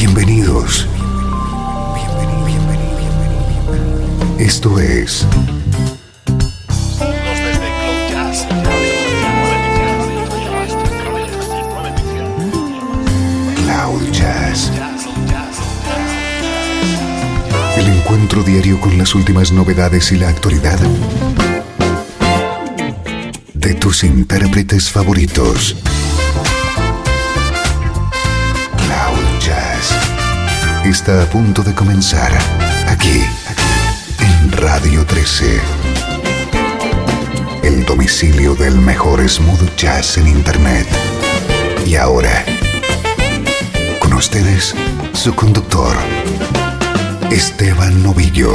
Bienvenidos. Esto es Cloud Jazz. El encuentro diario con las últimas novedades y la actualidad de tus intérpretes favoritos. Cloud Jazz está a punto de comenzar aquí en Radio 13. El domicilio del mejor smooth jazz en internet. Y ahora, con ustedes, su conductor, Esteban Novillo.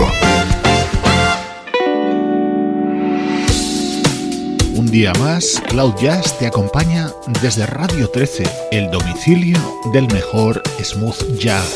Un día más, Cloud Jazz te acompaña desde Radio 13, el domicilio del mejor smooth jazz.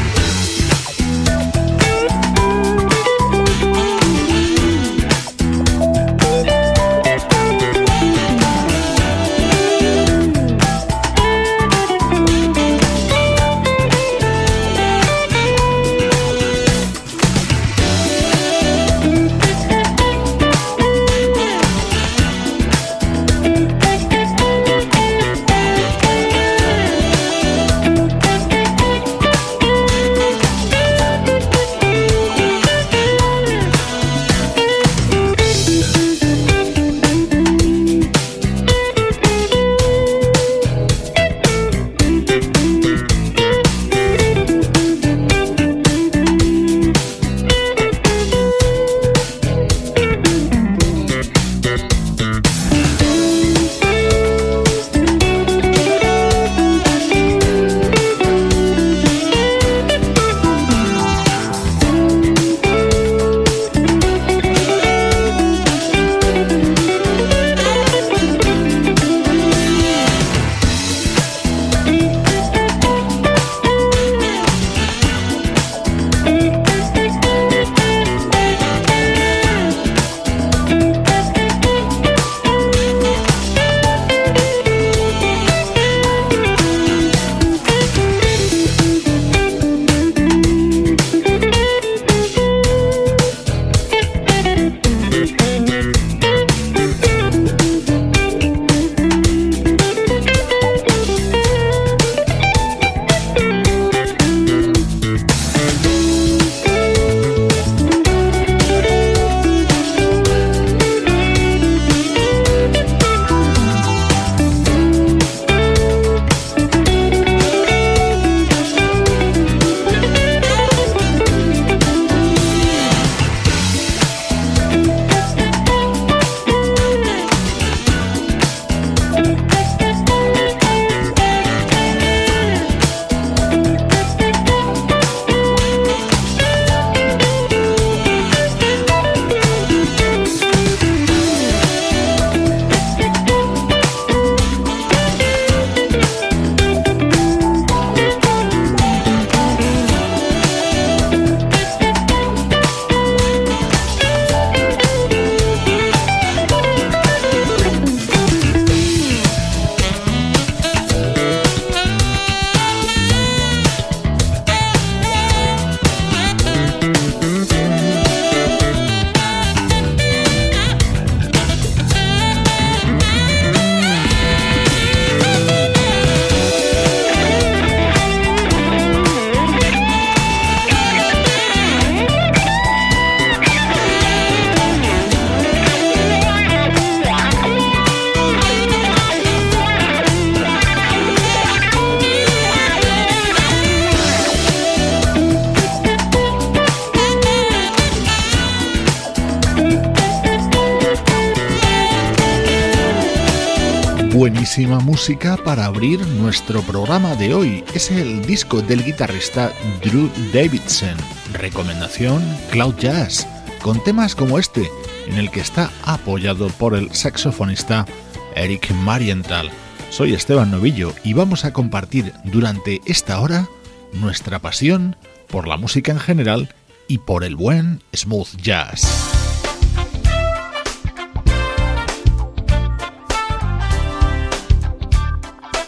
Buenísima música para abrir nuestro programa de hoy. Es el disco del guitarrista Drew Davidson. Recomendación Cloud Jazz, con temas como este, en el que está apoyado por el saxofonista Eric Marienthal. Soy Esteban Novillo y vamos a compartir durante esta hora nuestra pasión por la música en general y por el buen smooth jazz.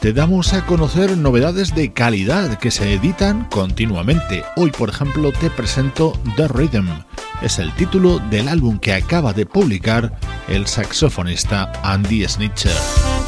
te damos a conocer novedades de calidad que se editan continuamente. Hoy, por ejemplo, te presento The Rhythm. Es el título del álbum que acaba de publicar el saxofonista Andy Snitcher.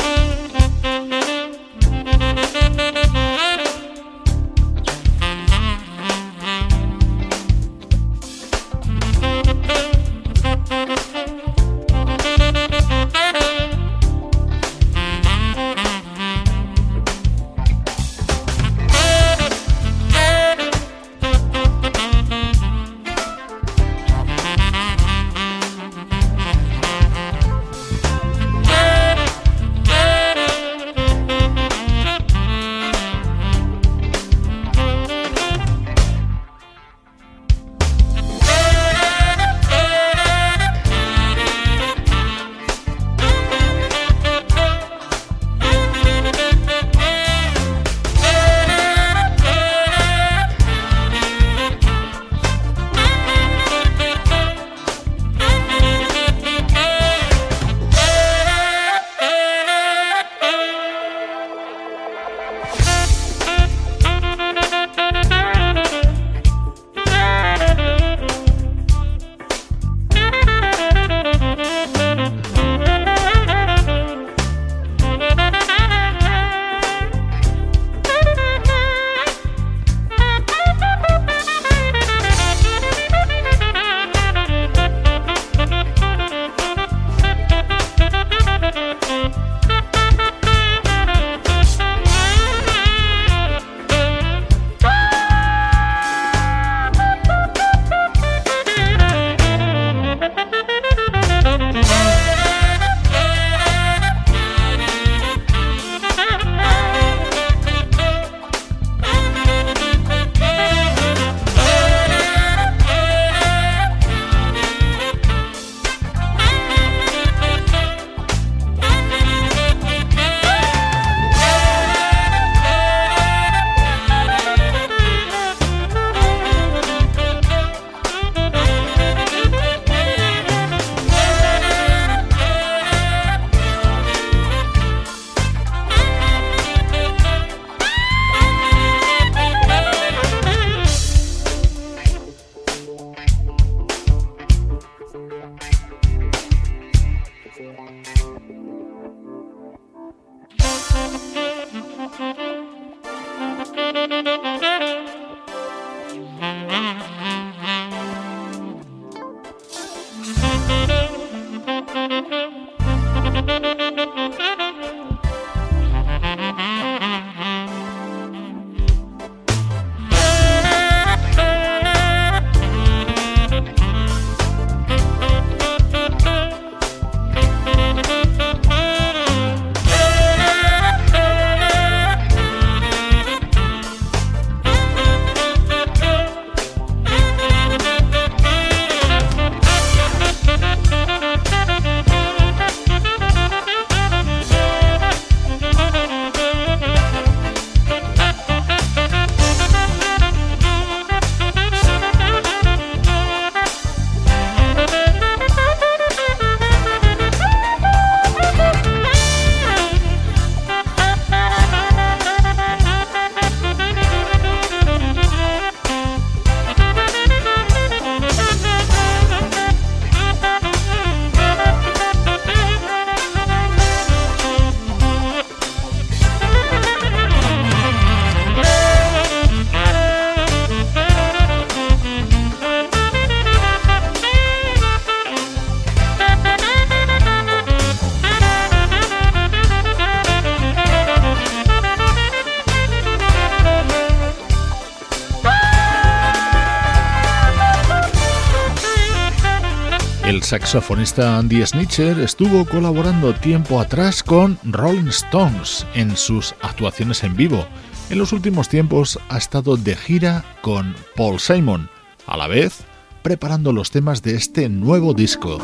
El saxofonista Andy Snitcher estuvo colaborando tiempo atrás con Rolling Stones en sus actuaciones en vivo. En los últimos tiempos ha estado de gira con Paul Simon, a la vez preparando los temas de este nuevo disco.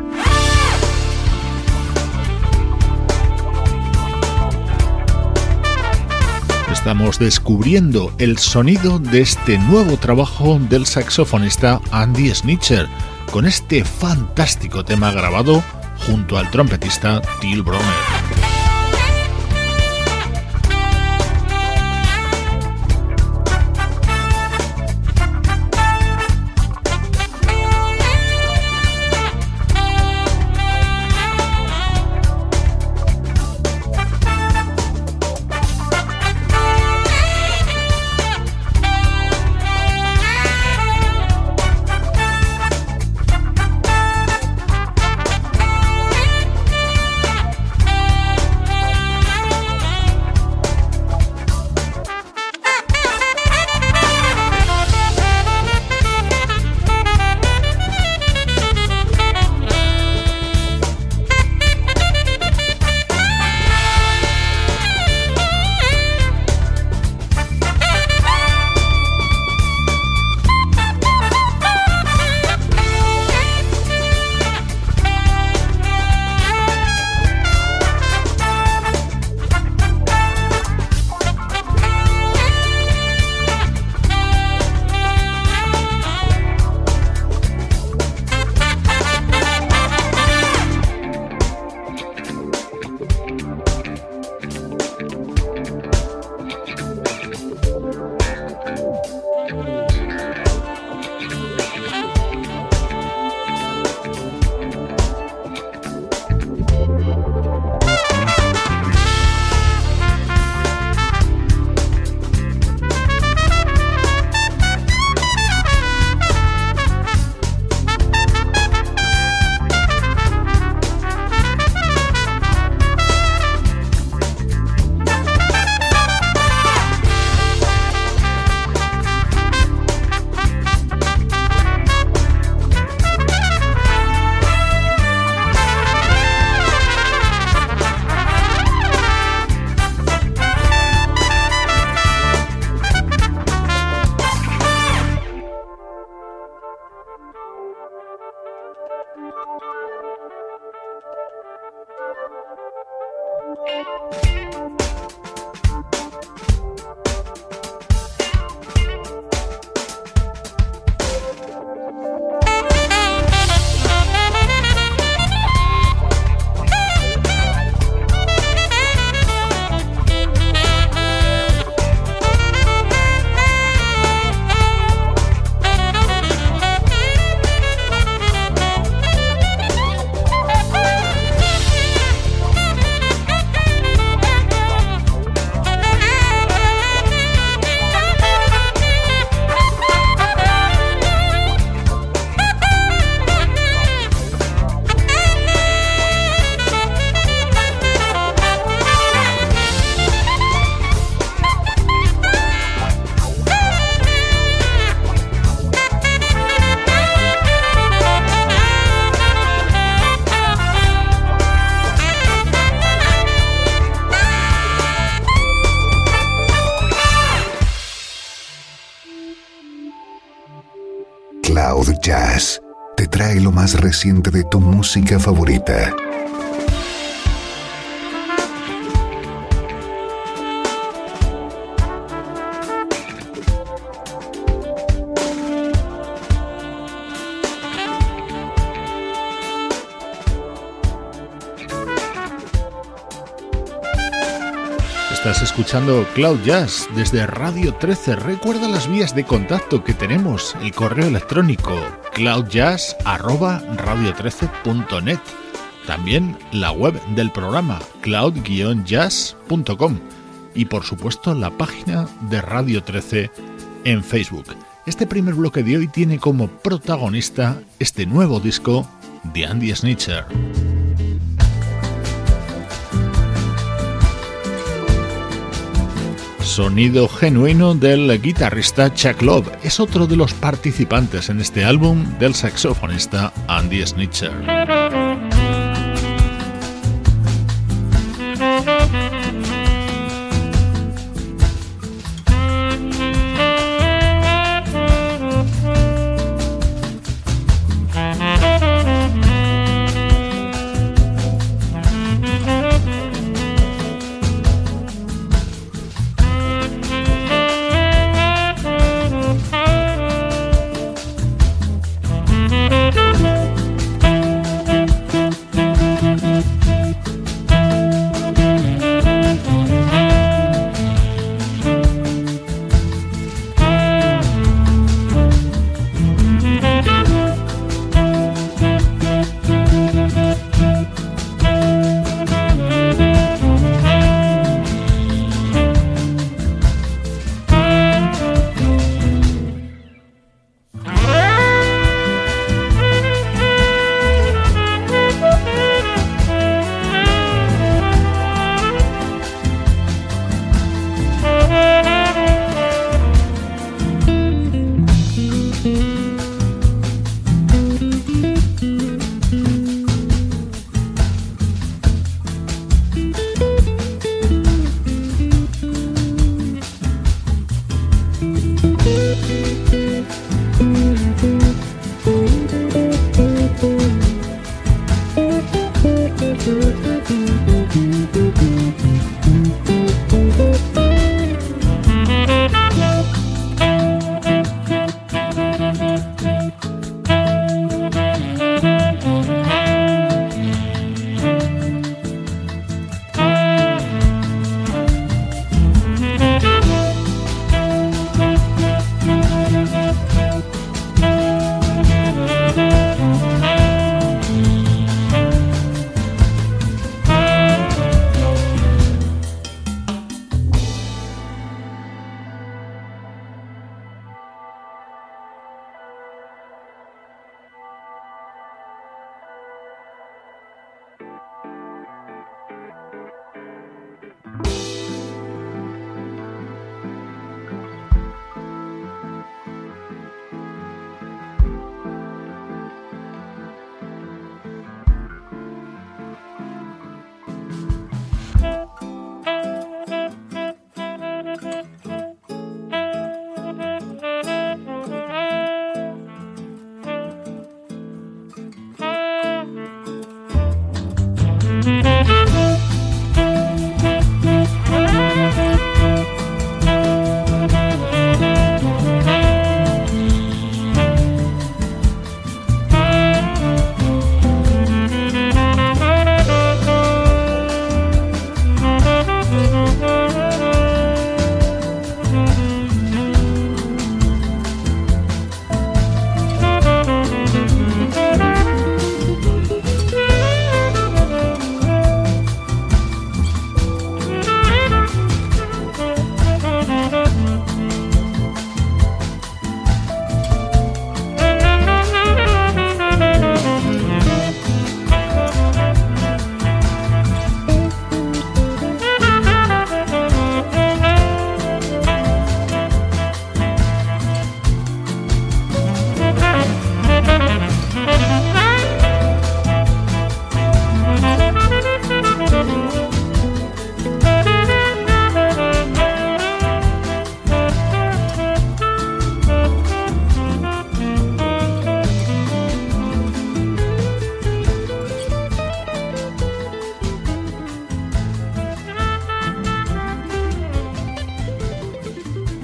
Estamos descubriendo el sonido de este nuevo trabajo del saxofonista Andy Snitcher, con este fantástico tema grabado junto al trompetista Till Brönner. Cloud Jazz te trae lo más reciente de tu música favorita. Estás escuchando Cloud Jazz desde Radio 13. Recuerda las vías de contacto que tenemos: el correo electrónico cloudjazz@radio13.net, también la web del programa cloud-jazz.com y por supuesto la página de Radio 13 en Facebook. Este primer bloque de hoy tiene como protagonista este nuevo disco de Andy Snitcher. Sonido genuino del guitarrista Chuck Love. Es otro de los participantes en este álbum del saxofonista Andy Snitcher.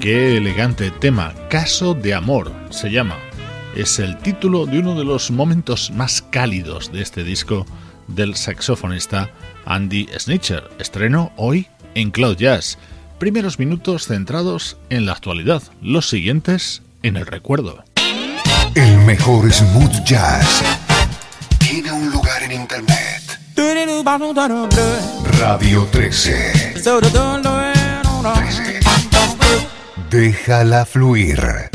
Qué elegante tema, Caso de Amor se llama. Es el título de uno de los momentos más cálidos de este disco del saxofonista Andy Snitcher. Estreno hoy en Cloud Jazz. Primeros minutos centrados en la actualidad, los siguientes en el recuerdo. El mejor smooth jazz tiene un lugar en internet. Radio 13. Déjala fluir.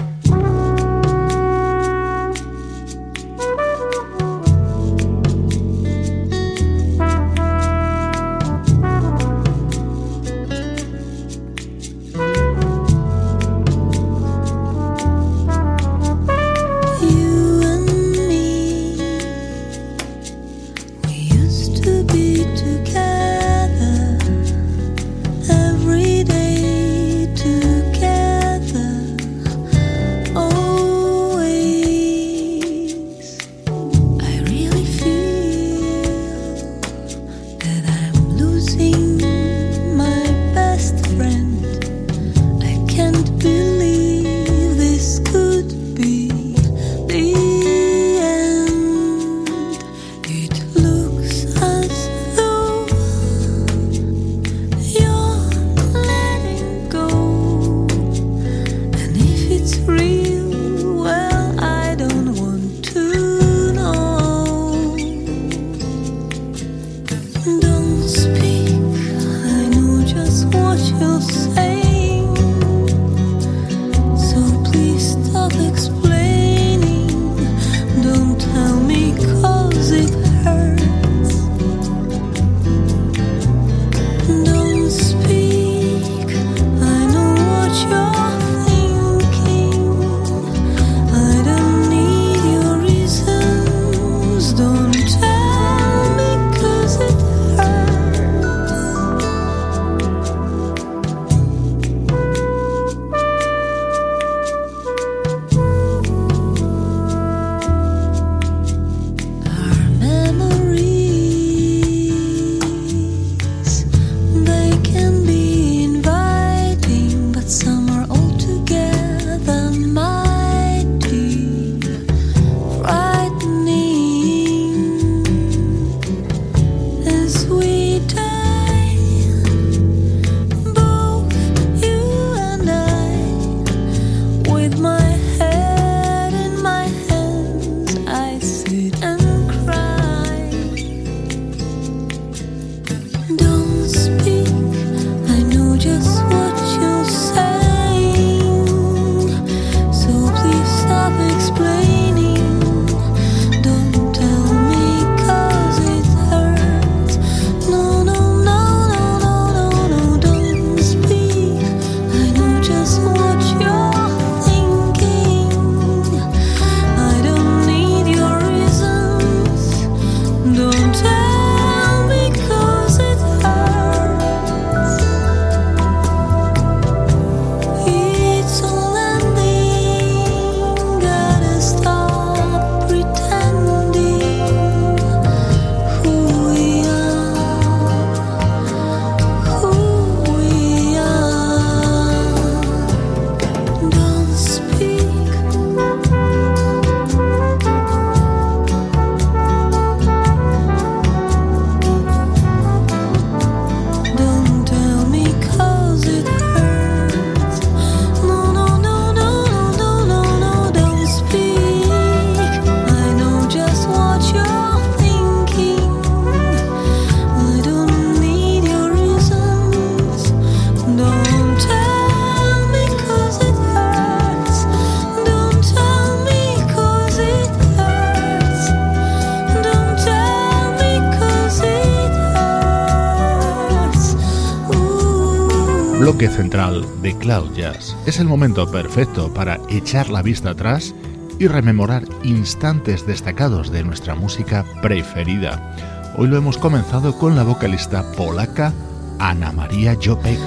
Bloque central de Cloud Jazz. Es el momento perfecto para echar la vista atrás y rememorar instantes destacados de nuestra música preferida. Hoy lo hemos comenzado con la vocalista polaca Anna Maria Jopek.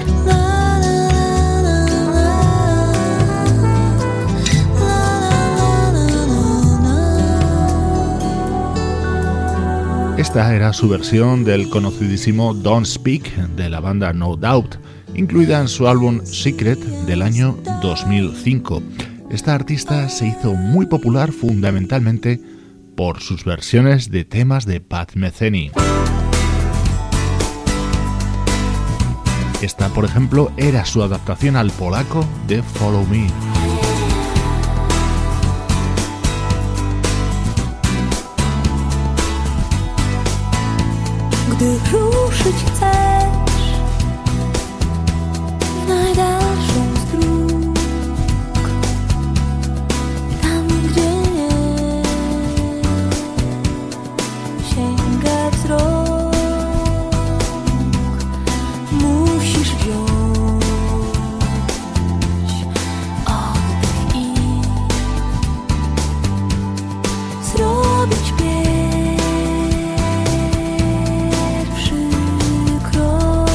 Esta era su versión del conocidísimo Don't Speak de la banda No Doubt. incluida en su álbum Secret del año 2005. Esta artista se hizo muy popular fundamentalmente por sus versiones de temas de Pat Metheny. Esta, por ejemplo, era su adaptación al polaco de Follow Me. Gdy ruszyć chcesz w najdalszą z dróg, tam gdzie nie sięga wzrok, musisz wziąć oddech i zrobić pierwszy krok.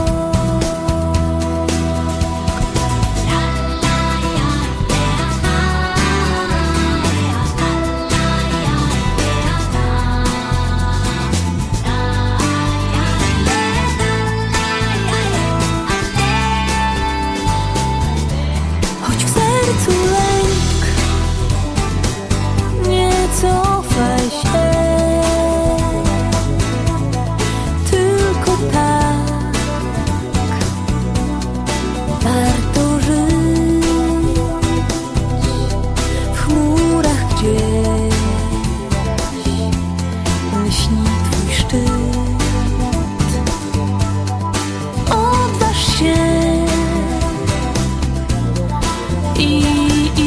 Choć w sercu lęk, nie cofaj się, tylko tak warto żyć w chmurach gdzieś lśni twój szczyt. Odważ się i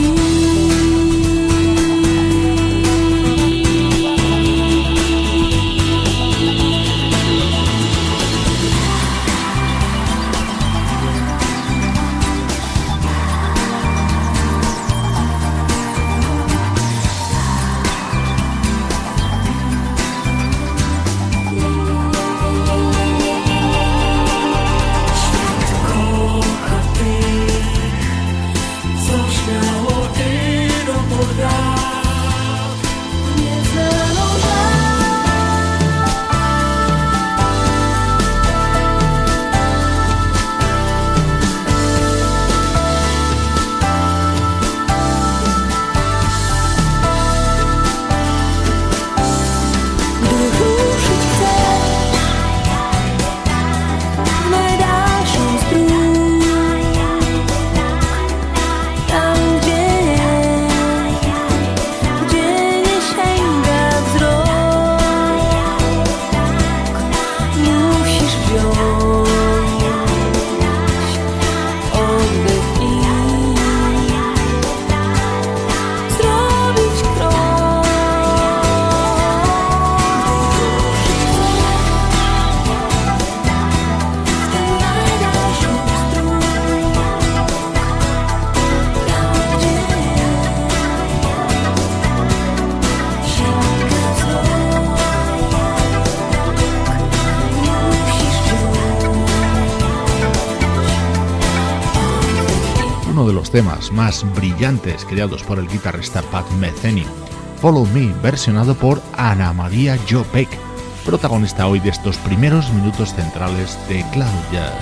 temas más brillantes creados por el guitarrista Pat Metheny, Follow Me, versionado por Ana María Jo Peck, protagonista hoy de estos primeros minutos centrales de Cloud Jazz.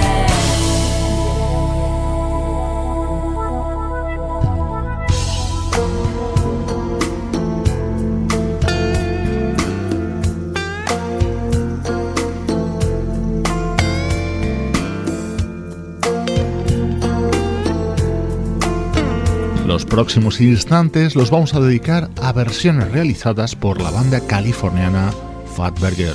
Los próximos instantes los vamos a dedicar a versiones realizadas por la banda californiana Fatburger.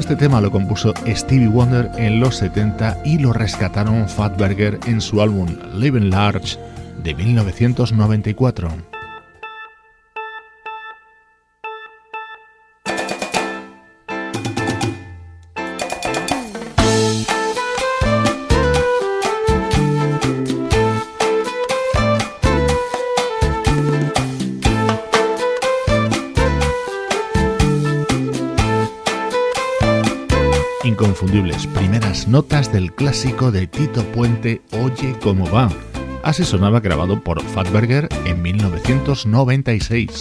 Este tema lo compuso Stevie Wonder en los 70 y lo rescataron Fatburger en su álbum Living Large de 1994. Inconfundibles primeras notas del clásico de Tito Puente, Oye cómo va. Así sonaba grabado por Fatburger en 1996.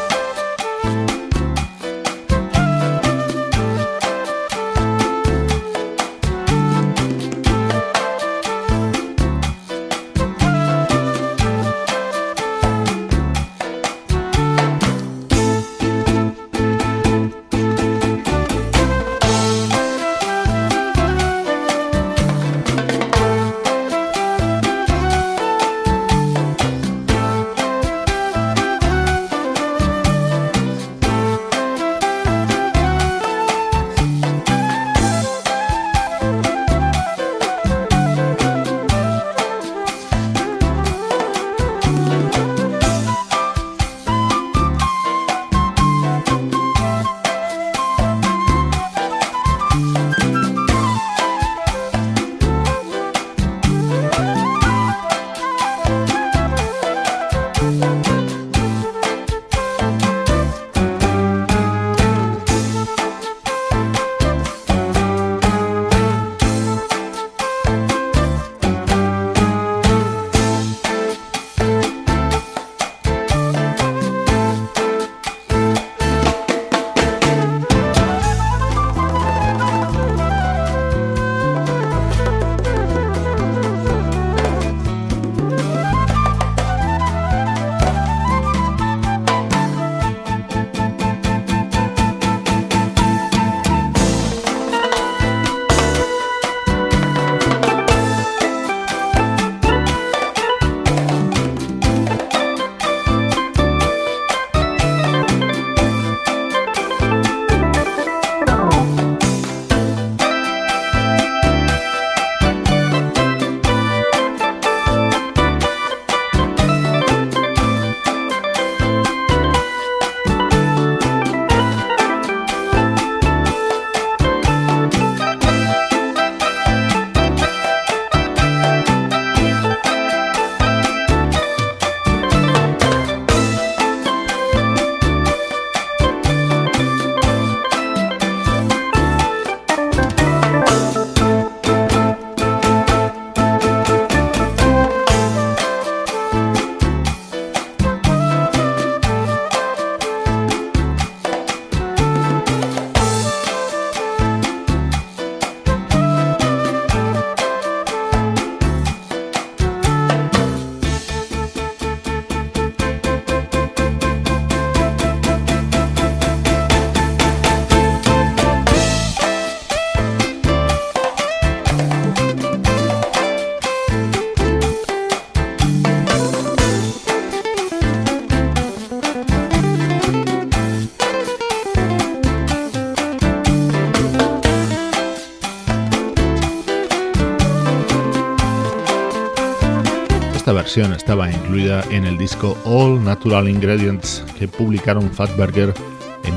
Esta versión estaba incluida en el disco All Natural Ingredients que publicaron Fatburger en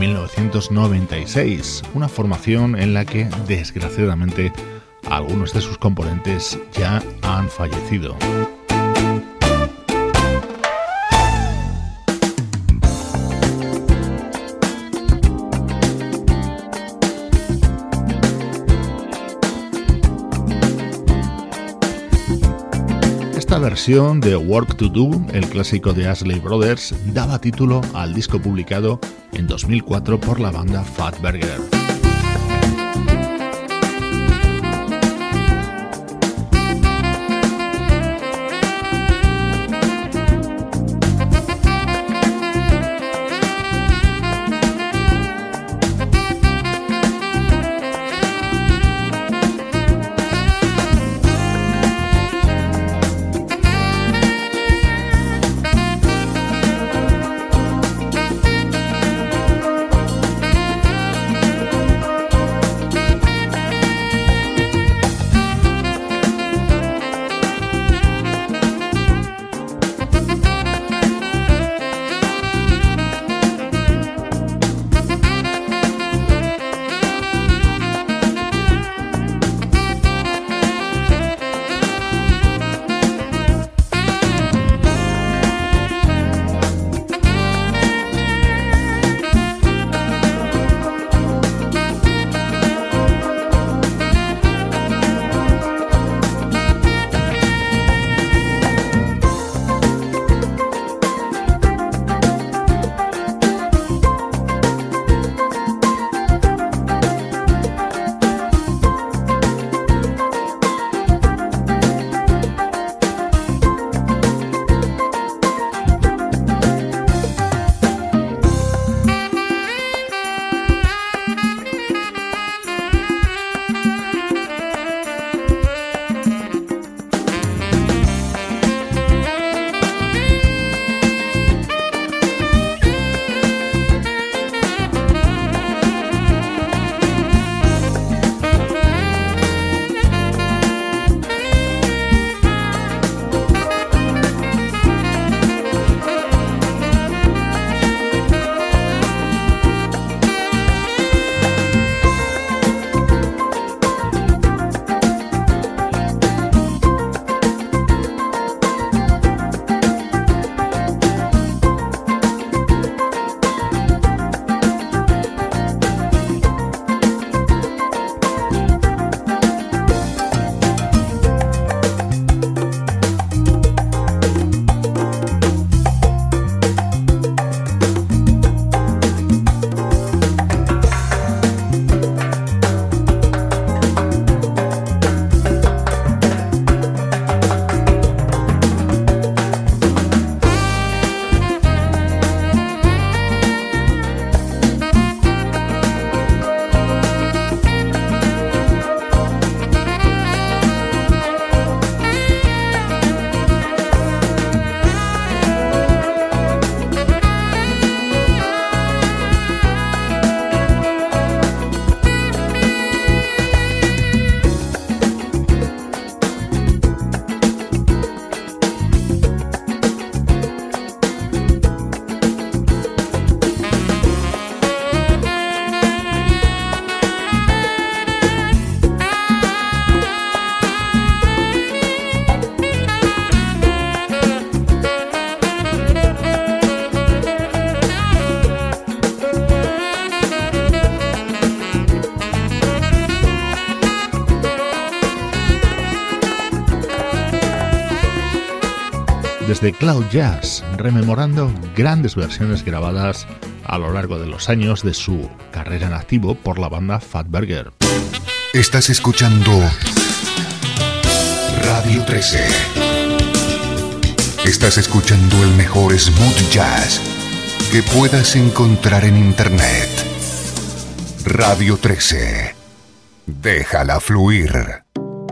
1996, una formación en la que desgraciadamente algunos de sus componentes ya han fallecido. Esta versión de Work to Do, el clásico de Isley Brothers, daba título al disco publicado en 2004 por la banda Fatburger. desde Cloud Jazz, rememorando grandes versiones grabadas a lo largo de los años de su carrera en activo por la banda Fatburger. Estás escuchando Radio 13. Estás escuchando el mejor smooth jazz que puedas encontrar en Internet. Radio 13. Déjala fluir.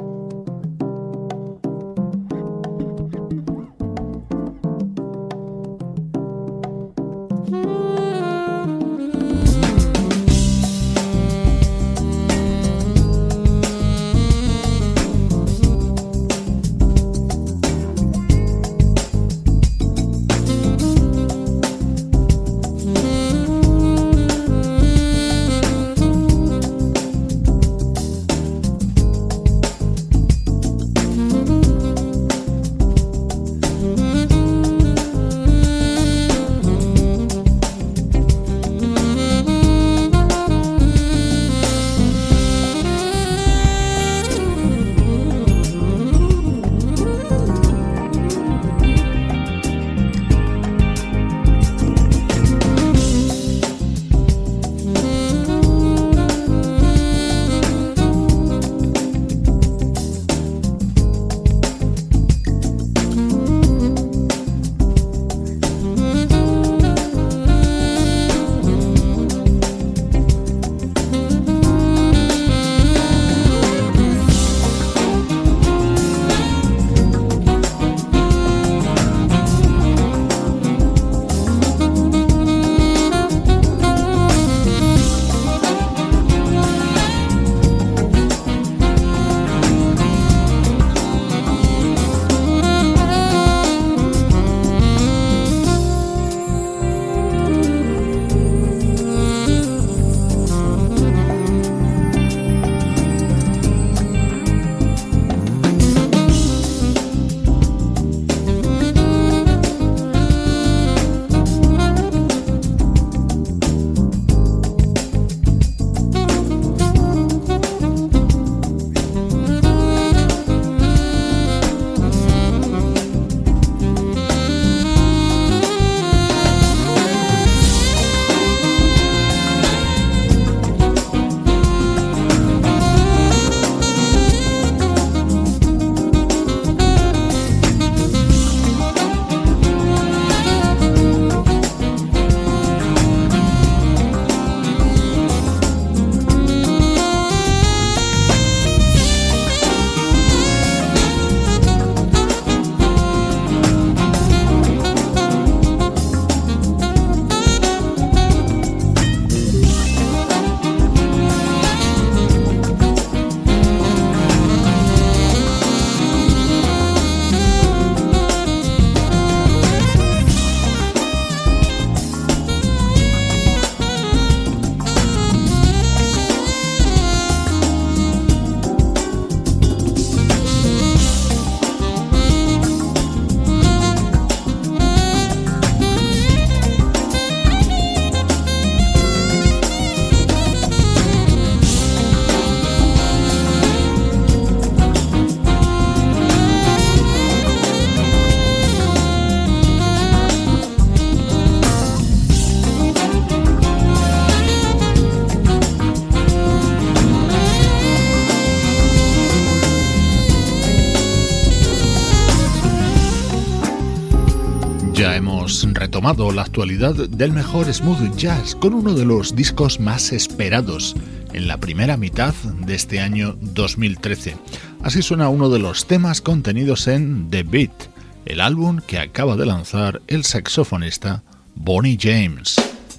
Ya hemos retomado la actualidad del mejor smooth jazz con uno de los discos más esperados en la primera mitad de este año 2013. Así suena uno de los temas contenidos en The Beat, el álbum que acaba de lanzar el saxofonista Bonnie James.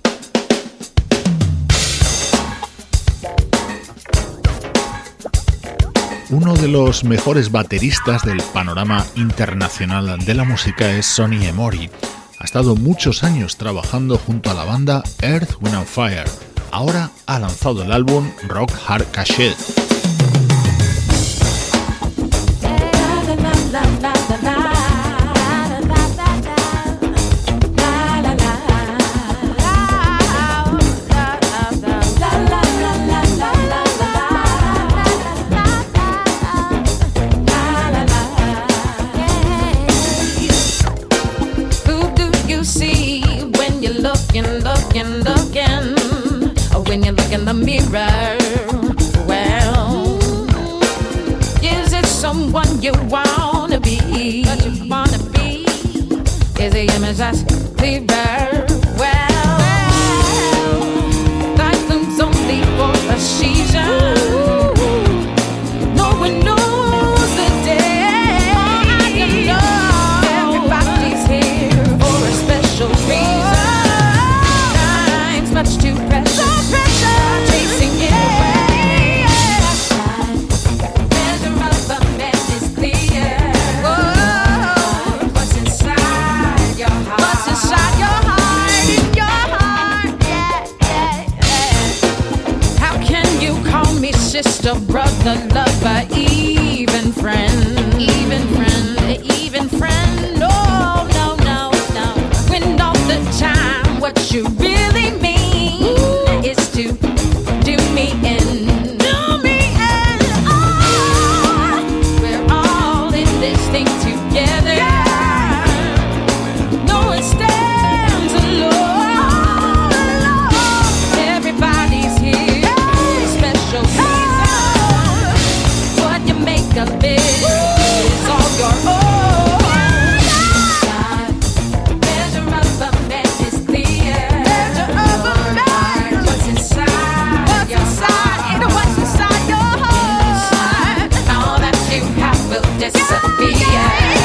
Uno de los mejores bateristas del panorama internacional de la música es Sonny Emory. Ha estado muchos años trabajando junto a la banda Earth, Wind and Fire. Ahora ha lanzado el álbum Rock Hard Cachet. us clearer. Well, that comes only for a season. No one knows the day. Everybody's here for a special reason. Time's much too precious. Chasing it away. Measure of a man is clear. What's inside your heart? What's inside your heart? In your heart, yeah. How can you call me sister, brother, lover, even friend? Even friend? No. When all the time, what you really mean is to do me in. Oh, we're all in this thing together. No one stands alone. Everybody's here, special season. What you make of it is all your own. Measure of a man is clear. Measure of a man. What's inside? What's inside? What's inside your heart? All that you have will disappear.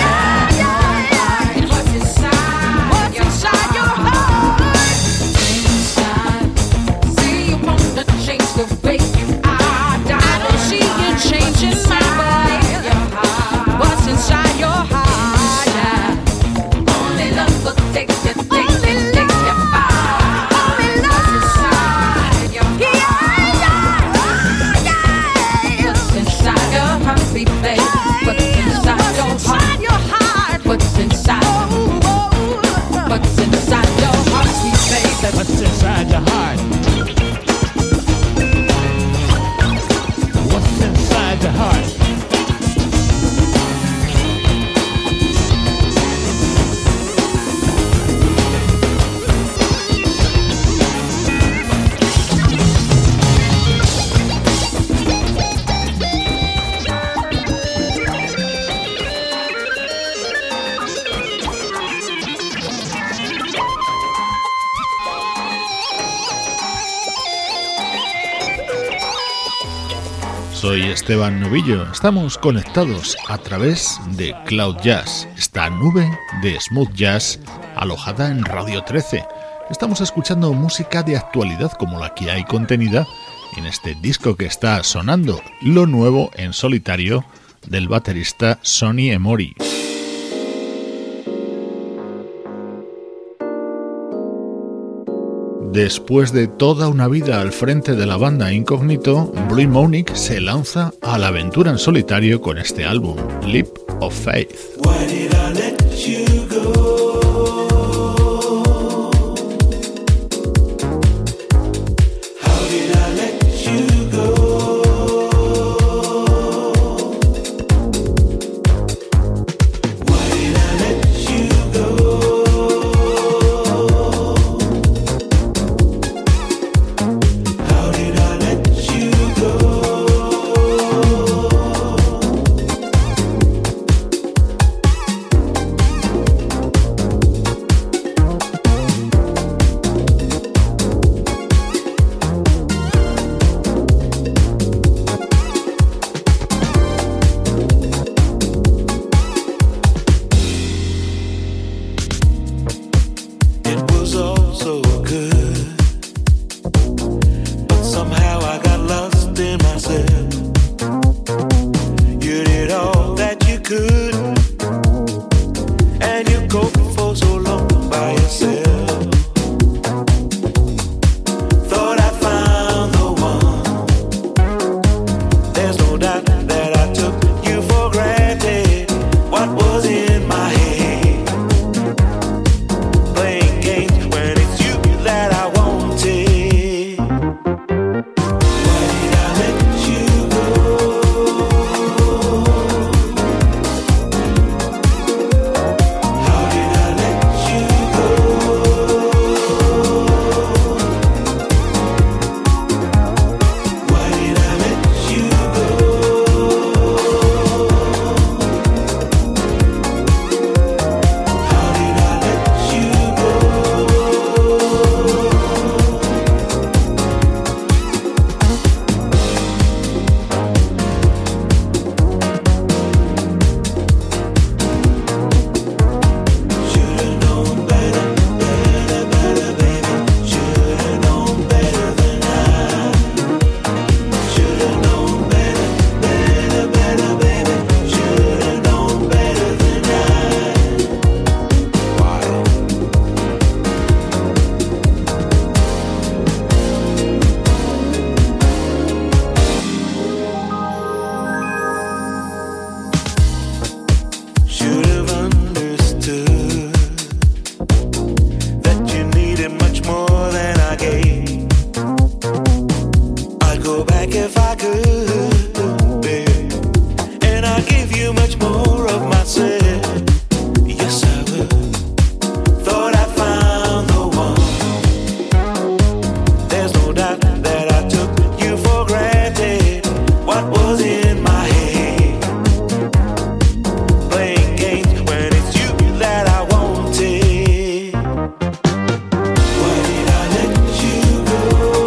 And what's inside? What's inside your heart? Inside. See, you wanna change the way you are. I don't see you changing my way. What's inside your heart? Yeah. Only love will take you far. Only love. What's inside your heart? What's inside your heart, sweet babe? What's inside your heart? What's inside? What's inside your heart, sweet babe? What's inside your heart? What's inside your heart? Soy Esteban Novillo. Estamos conectados a través de Cloud Jazz, esta nube de smooth jazz alojada en Radio 13. Estamos escuchando música de actualidad como la que hay contenida en este disco que está sonando, lo nuevo en solitario del baterista Sonny Emory. Después de toda una vida al frente de la banda Incognito, Blue Monique se lanza a la aventura en solitario con este álbum, Leap of Faith. Why did I let you go? How did I let you go? Why did I let you go? How did I let you go? It was all so good, but somehow I got lost in myself. You did all that you could, and you coped for so long by yourself. Thought I found the one. There's no doubt that I took you for granted. What was in my head? Playing games when it's you that I wanted. Why did I let you go? How did I let you go? Why did I let you go? I'd give you much more of myself. Yes, I would. Thought I found the one. There's no doubt that I took you for granted. What was in my head? Playing games when it's you that I wanted. Why did I let you go?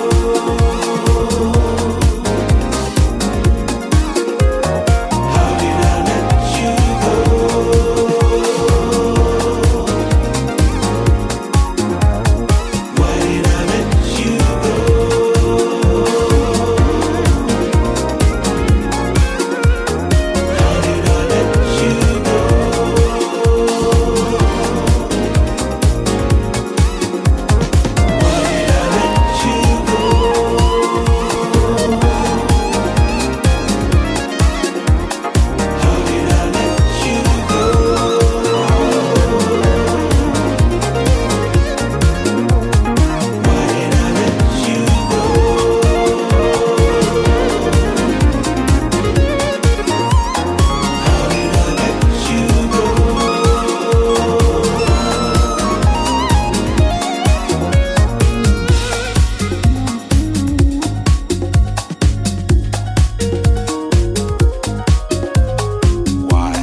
How did I let you go? Why did I let you go? How did I let you go? Why did I let you go? How did I let you go? Why did I let you go? How did I let you go? Why?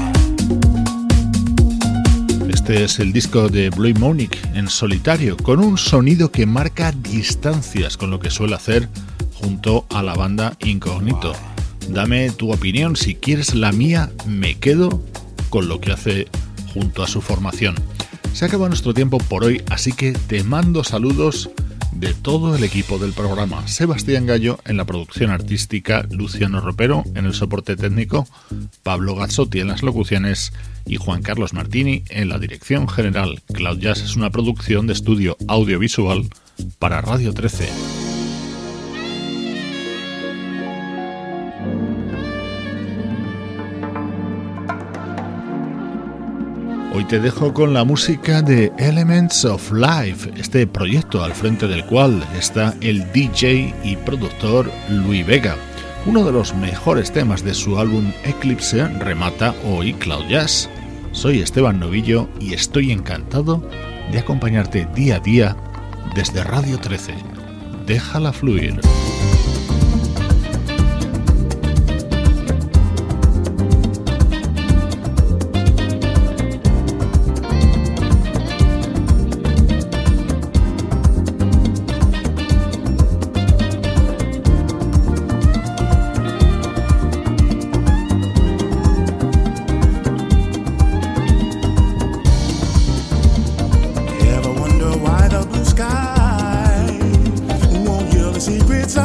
Este es el disco de Blue Monique en solitario, con un sonido que marca distancias con lo que suele hacer junto a la banda Incognito. Dame tu opinión, si quieres la mía, me quedo con lo que hace junto a su formación. Se acaba nuestro tiempo por hoy, así que te mando saludos de todo el equipo del programa. Sebastián Gallo en la producción artística, Luciano Ropero en el soporte técnico, Pablo Gazzotti en las locuciones y Juan Carlos Martini en la dirección general. Cloud Jazz es una producción de estudio audiovisual para Radio 13. Hoy te dejo con la música de Elements of Life, este proyecto al frente del cual está el DJ y productor Louis Vega. Uno de los mejores temas de su álbum Eclipse remata hoy Cloud Jazz. Soy Esteban Novillo y estoy encantado de acompañarte día a día desde Radio 13. Déjala fluir. Ever wonder why the blue sky won't hear the secrets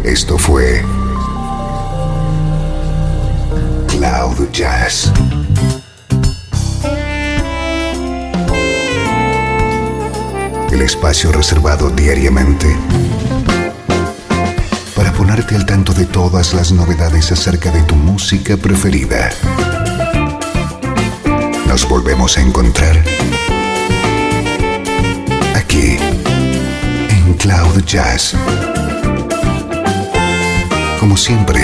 Esto fue Cloud Jazz. El espacio reservado diariamente para ponerte al tanto de todas las novedades acerca de tu música preferida. Nos volvemos a encontrar aquí en Cloud Jazz. Como siempre,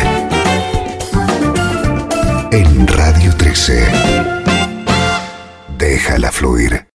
en Radio 13. Déjala fluir.